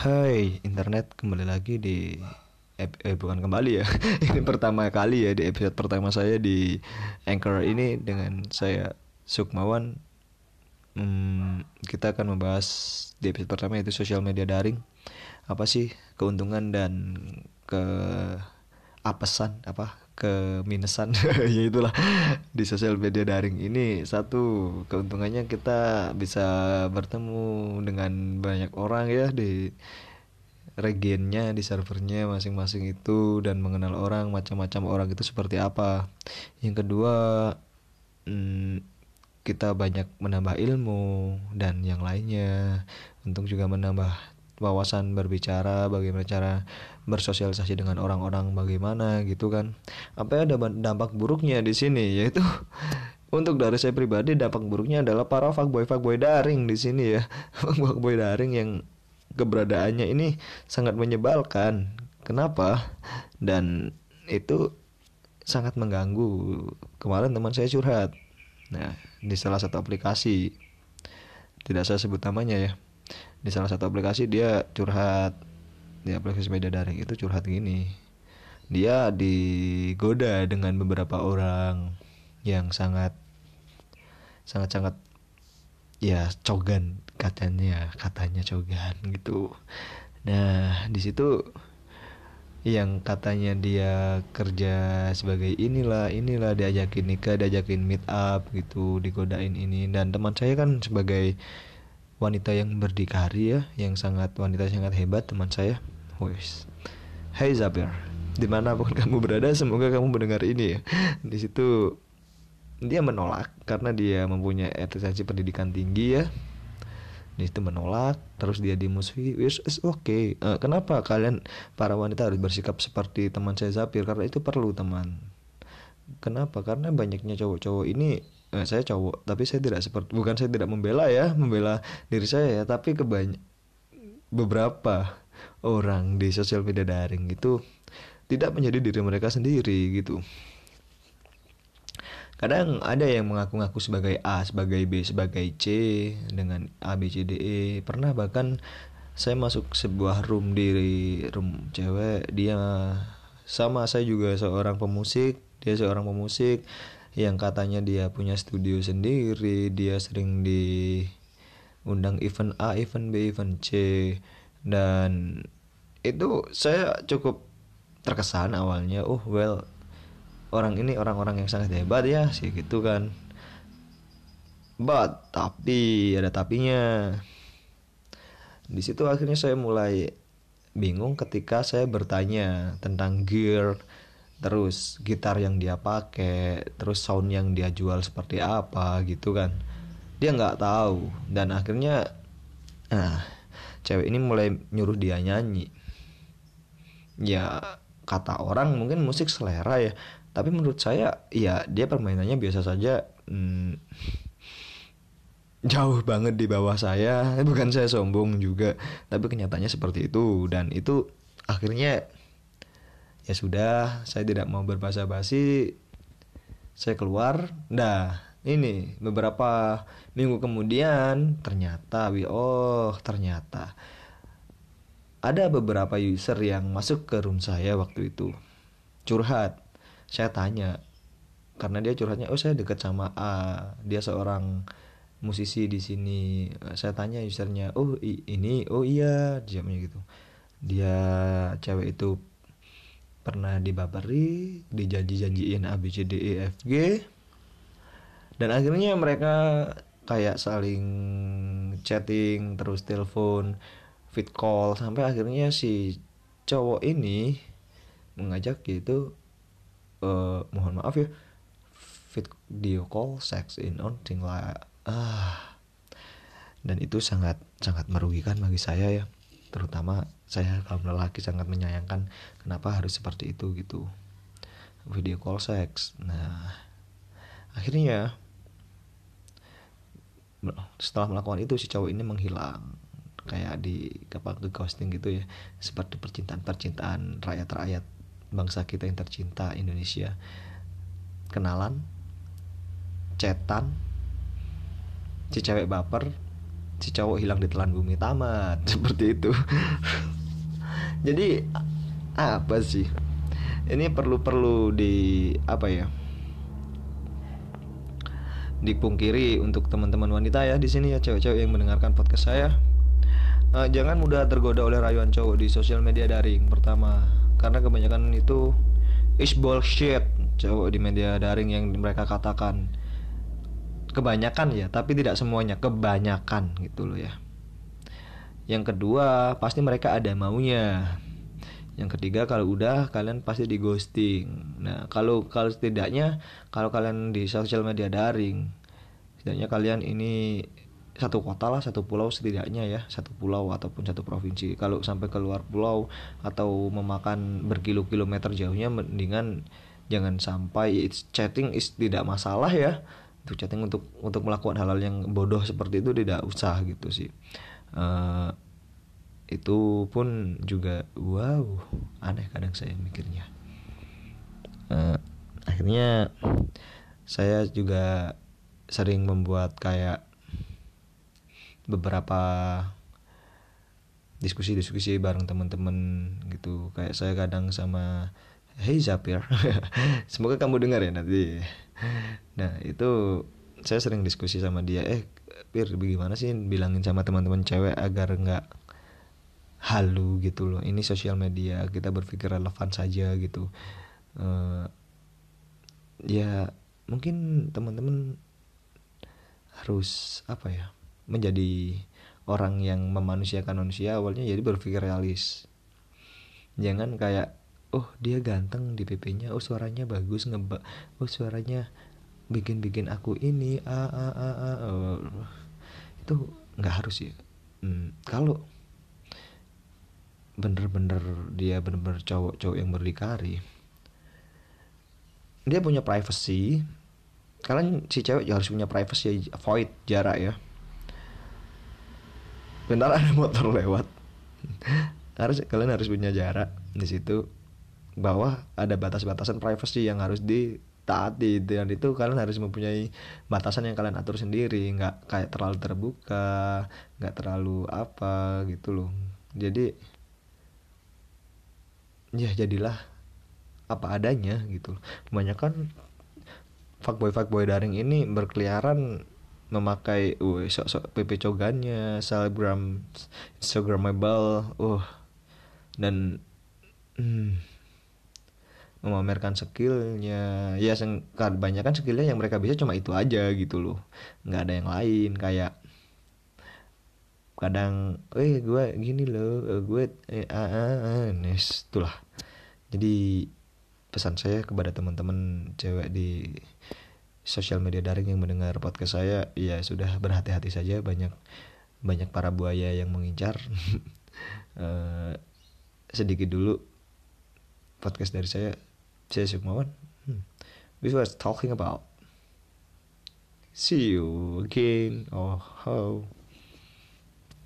Hai internet, kembali lagi di bukan kembali ya. Ini pertama kali ya di episode pertama saya di Anchor ini dengan saya Sukmawan. Kita akan membahas di episode pertama yaitu sosial media daring. Apa sih keuntungan dan ke apesan apa ke minusan ya itulah di sosial media daring ini. Satu keuntungannya kita bisa bertemu dengan banyak orang ya di regionnya, di servernya masing-masing itu, dan mengenal orang, macam-macam orang itu seperti apa. Yang kedua, mm, kita banyak menambah ilmu dan yang lainnya. Untuk juga menambah wawasan berbicara, bagaimana cara bersosialisasi dengan orang-orang, bagaimana gitu kan. Apa ada dampak buruknya di sini, yaitu untuk dari saya pribadi dampak buruknya adalah para fuckboy daring di sini ya. Fuckboy daring yang keberadaannya ini sangat menyebalkan. Kenapa? Dan itu sangat mengganggu. Kemarin teman saya curhat. Nah, di salah satu aplikasi, tidak saya sebut namanya ya. Di salah satu aplikasi dia curhat, di aplikasi media daring itu curhat gini. Dia digoda dengan beberapa orang yang sangat ya cogan, katanya cogan gitu. Nah, di situ yang katanya dia kerja sebagai inilah diajakin nikah, diajakin meet up gitu, digodain ini. Dan teman saya kan sebagai wanita yang berdikari ya, yang sangat wanita sangat hebat teman saya. Wes, Hai Zabir, dimanapun kamu berada, semoga kamu mendengar ini ya. Di situ dia menolak karena dia mempunyai esensi pendidikan tinggi ya. Di situ menolak, terus dia dimusuhi. It's okay. Kenapa kalian para wanita harus bersikap seperti teman saya Zapir? Karena itu perlu teman. Kenapa? Karena banyaknya cowok-cowok ini, saya cowok, tapi saya tidak seperti, bukan saya tidak membela ya, membela diri saya ya, tapi beberapa orang di sosial media daring itu tidak menjadi diri mereka sendiri gitu. Kadang ada yang mengaku-ngaku sebagai A, sebagai B, sebagai C dengan A, B, C, D, E. Pernah bahkan saya masuk sebuah room cewek, dia sama saya juga seorang pemusik, dia seorang pemusik yang katanya dia punya studio sendiri, dia sering diundang event A, event B, event C, dan itu saya cukup terkesan awalnya. Oh well, orang ini orang-orang yang sangat hebat ya sih gitu kan. Tapi ada tapinya. Di situ akhirnya saya mulai bingung ketika saya bertanya tentang gear, terus gitar yang dia pakai, terus sound yang dia jual seperti apa gitu kan. Dia nggak tahu, dan akhirnya nah, cewek ini mulai nyuruh dia nyanyi. Ya kata orang mungkin musik selera ya, tapi menurut saya ya dia permainannya biasa saja. Jauh banget di bawah saya. Bukan saya sombong juga, tapi kenyataannya seperti itu. Dan itu akhirnya ya sudah, saya tidak mau berbasa-basi, saya keluar. Nah, ini beberapa minggu kemudian ternyata ada beberapa user yang masuk ke room saya waktu itu curhat. Saya tanya, karena dia curhatnya, oh saya dekat sama A, dia seorang musisi di sini. Saya tanya usernya, oh ini, oh iya, jawabnya gitu. Dia cewek itu pernah dibabari, dijanji-janjiin A B C D E F G, dan akhirnya mereka kayak saling chatting, terus telepon, vid call, sampai akhirnya si cowok ini mengajak gitu, mohon maaf ya, video call, sex in on thing like dan itu sangat sangat merugikan bagi saya ya, terutama saya kaum lelaki sangat menyayangkan kenapa harus seperti itu gitu, video call seks. Nah, akhirnya setelah melakukan itu si cowok ini menghilang, kayak di ghosting gitu ya, seperti percintaan rakyat bangsa kita yang tercinta Indonesia. Kenalan, chatan, si cewek baper, si cowok hilang ditelan bumi, tamat. Seperti itu. Jadi apa sih, ini perlu di apa ya, dipungkiri untuk teman-teman wanita ya di sini ya, cewek-cewek yang mendengarkan podcast saya. Jangan mudah tergoda oleh rayuan cowok di sosial media daring. Pertama, karena kebanyakan itu is bullshit. Cowok di media daring yang mereka katakan, kebanyakan ya, tapi tidak semuanya, kebanyakan gitu loh ya. Yang kedua, pasti mereka ada maunya. Yang ketiga, kalau udah kalian pasti di ghosting. Nah, kalau setidaknya kalau kalian di sosial media daring, setidaknya kalian ini satu kota lah, satu pulau setidaknya ya, satu pulau ataupun satu provinsi. Kalau sampai keluar pulau atau memakan berkilo-kilometer jauhnya, mendingan jangan sampai. Chatting is tidak masalah ya, untuk chatting, untuk melakukan hal-hal yang bodoh seperti itu tidak usah gitu sih. Itu pun juga wow, aneh kadang saya mikirnya. Akhirnya saya juga sering membuat kayak beberapa diskusi bareng teman-teman gitu. Kayak saya kadang sama, hey Zapir, semoga kamu dengar ya nanti. Nah itu saya sering diskusi sama dia, Pir, bagaimana sih bilangin sama teman-teman cewek agar nggak halu gitu loh, ini sosial media, kita berpikir relevan saja gitu. Ya mungkin teman-teman harus apa ya, menjadi orang yang memanusiakan manusia awalnya, jadi berpikir realis. Jangan kayak, oh dia ganteng di PP-nya, oh suaranya bagus, oh suaranya bikin aku ini itu nggak harus ya. Kalau bener-bener dia bener-bener cowok yang berdikari, dia punya privacy. Kalian si cewek harus punya privacy, avoid jarak ya. Bentar ada motor lewat, kalian harus punya jarak di situ, bahwa ada batas-batasan privacy yang harus ditaati, dan itu kalian harus mempunyai batasan yang kalian atur sendiri, nggak kayak terlalu terbuka, nggak terlalu apa gitu loh. Jadi ya jadilah apa adanya gitu. Kebanyakan fuckboy daring ini berkeliaran memakai sok-sok PP cogannya, selebgram instagramable, dan memamerkan skillnya. Ya kebanyakan skillnya yang mereka bisa cuma itu aja gitu loh, nggak ada yang lain. Kayak kadang gue gini loh, gue itulah. Jadi pesan saya kepada teman-teman cewek di sosial media daring yang mendengar podcast saya, ya sudah berhati-hati saja, banyak para buaya yang mengincar. Sedikit dulu podcast dari saya Sukmawan. We was talking about. See you again. Oh.